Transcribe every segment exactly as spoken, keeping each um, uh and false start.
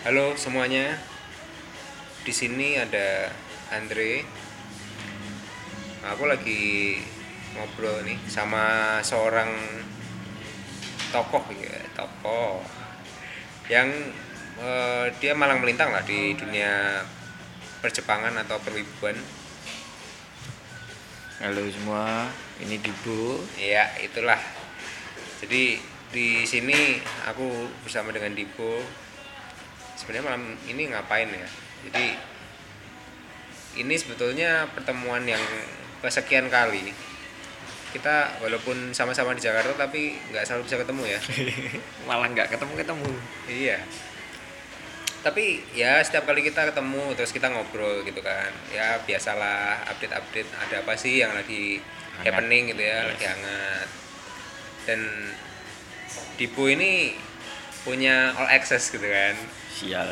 Halo semuanya, di sini ada Andre. Aku lagi ngobrol nih sama seorang tokoh ya, tokoh yang eh, dia malang melintang lah di dunia perjepangan atau perwibuan. Halo semua, ini Dibo. Ya, itulah. Jadi di sini aku bersama dengan Dibo. Sebenarnya malam ini ngapain ya? Jadi ini sebetulnya pertemuan yang kesekian kali kita walaupun sama-sama di Jakarta tapi nggak selalu bisa ketemu ya. Malah nggak ketemu-ketemu. Iya, tapi ya setiap kali kita ketemu terus kita ngobrol gitu kan, ya biasalah update-update ada apa sih yang lagi Hangat. happening gitu ya. Yes. Lagi hangat. Dan Dipo ini punya all access gitu kan, Sial.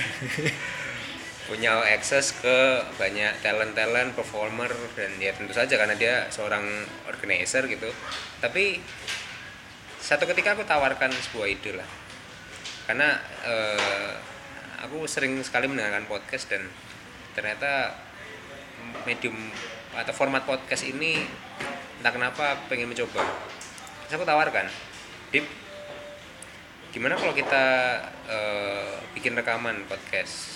punya all access ke banyak talent-talent, performer, dan ya tentu saja karena dia seorang organizer gitu. Tapi satu ketika aku tawarkan sebuah ide lah, karena eh, aku sering sekali mendengarkan podcast dan ternyata medium atau format podcast ini entah kenapa pengen mencoba. Terus aku tawarkan, Dip, gimana kalau kita eh, bikin rekaman podcast?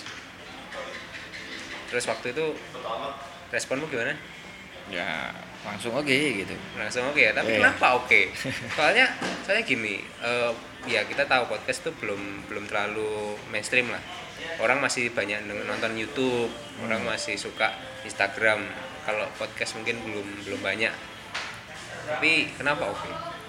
Terus waktu itu responmu gimana? Ya langsung oke gitu. Langsung oke ya, tapi Iya. kenapa oke? Soalnya soalnya gini, eh, ya kita tahu podcast tuh belum belum terlalu mainstream lah. Orang masih banyak nonton YouTube, orang masih suka Instagram. Kalau podcast mungkin belum belum banyak. Tapi kenapa oke?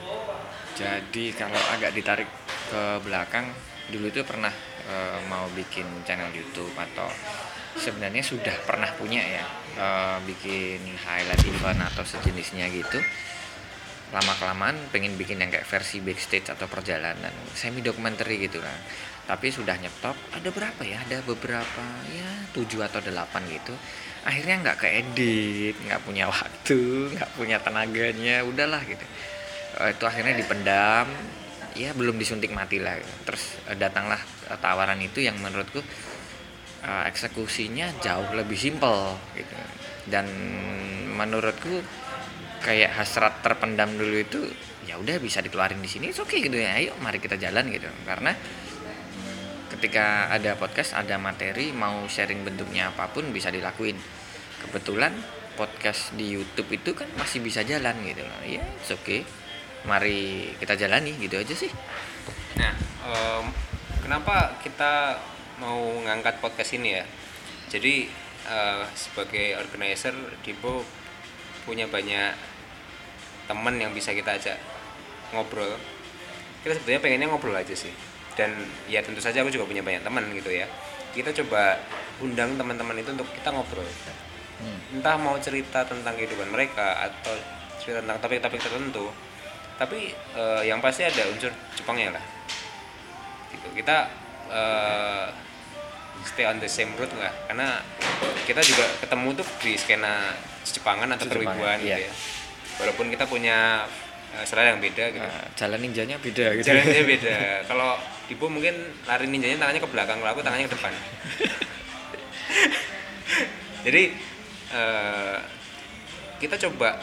Jadi kalau agak ditarik ke belakang, dulu itu pernah eh, mau bikin channel YouTube atau sebenarnya sudah pernah punya ya, eh, bikin highlight event atau sejenisnya gitu. Lama-kelamaan pengen bikin yang kayak versi backstage atau perjalanan semi dokumenter gitu kan, tapi sudah nyetop. Ada berapa ya, ada beberapa ya tujuh atau delapan gitu. Akhirnya nggak keedit, nggak punya waktu, nggak punya tenaganya, udahlah gitu. Eh, itu akhirnya dipendam, ya belum disuntik mati lah gitu. Terus eh, datanglah eh, tawaran itu yang menurutku eh, eksekusinya jauh lebih simpel gitu. Dan menurutku kayak hasrat terpendam dulu itu ya udah bisa dikeluarin di sini, oke okay gitu ya, ayo mari kita jalan gitu. Karena ketika ada podcast, ada materi, mau sharing bentuknya apapun bisa dilakuin. Kebetulan podcast di YouTube itu kan masih bisa jalan gitu loh, ya oke okay. Mari kita jalani gitu aja sih. Nah, em, kenapa kita mau ngangkat podcast ini ya? Jadi eh, sebagai organizer, Dipo punya banyak teman yang bisa kita ajak ngobrol. Kita sebetulnya pengennya ngobrol aja sih. Dan ya tentu saja aku juga punya banyak teman gitu ya. Kita coba undang teman-teman itu untuk kita ngobrol. Entah mau cerita tentang kehidupan mereka atau cerita tentang topik-topik tertentu. Tapi eh, yang pasti ada unsur Jepangnya lah. Gitu. Kita eh, stay on the same road lah, karena kita juga ketemu tuh di skena Jepangan atau Jepangan, perwibuan iya. gitu ya. Walaupun kita punya uh, selera yang beda gitu. Nah, jalan ninjanya beda gitu. Jalannya beda. Kalau Dipo mungkin lari ninjanya tangannya ke belakang, kalau aku tangannya ke depan. Jadi uh, kita coba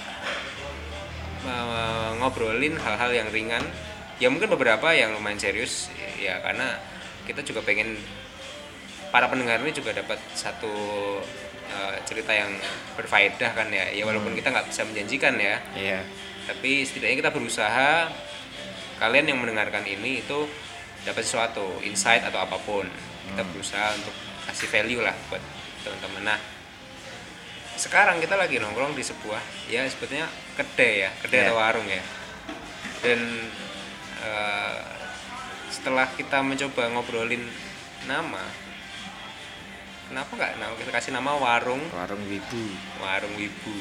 uh, ngobrolin hal-hal yang ringan. Ya mungkin beberapa yang lumayan serius ya, karena kita juga pengen para pendengar ini juga dapat satu uh, cerita yang berfaedah kan ya. Ya walaupun Hmm. kita nggak bisa menjanjikan ya, Iya. tapi setidaknya kita berusaha kalian yang mendengarkan ini itu dapat sesuatu, insight atau apapun. Kita Hmm. berusaha untuk kasih value lah buat teman-teman. Nah, sekarang kita lagi nongkrong di sebuah ya sebetulnya kedai ya, kedai Yeah. atau warung ya. Dan uh, setelah kita mencoba ngobrolin nama, kenapa nggak nah, kita kasih nama warung Warung Wibu. warung Wibu.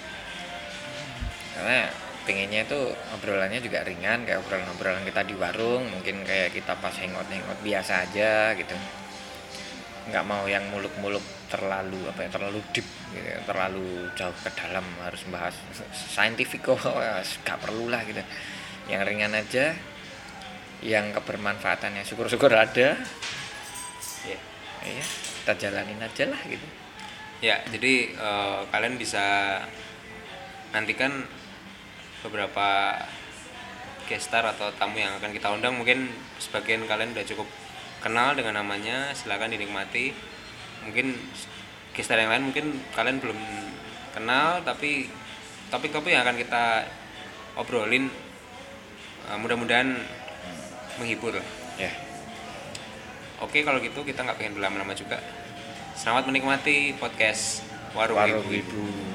Karena pengennya itu obrolannya juga ringan, kayak obrolan-obrolan kita di warung, mungkin kayak kita pas hangout-hangout biasa aja gitu. Nggak mau yang muluk-muluk terlalu apa ya, terlalu deep gitu, terlalu jauh ke dalam harus bahas scientific kok, nggak perlu lah gitu. Yang ringan aja, yang kebermanfaatannya syukur-syukur ada, Ya. Iya, kita jalanin aja lah gitu. Ya, jadi uh, kalian bisa nantikan beberapa guest star atau tamu yang akan kita undang. Mungkin sebagian kalian udah cukup kenal dengan namanya, silakan dinikmati. Mungkin guest star yang lain mungkin kalian belum kenal, tapi topik-topik yang akan kita obrolin uh, mudah-mudahan menghibur. Ya. Oke, kalau gitu kita nggak pengen berlama-lama juga. Selamat menikmati podcast Warung, Warung Ibu. Ibu.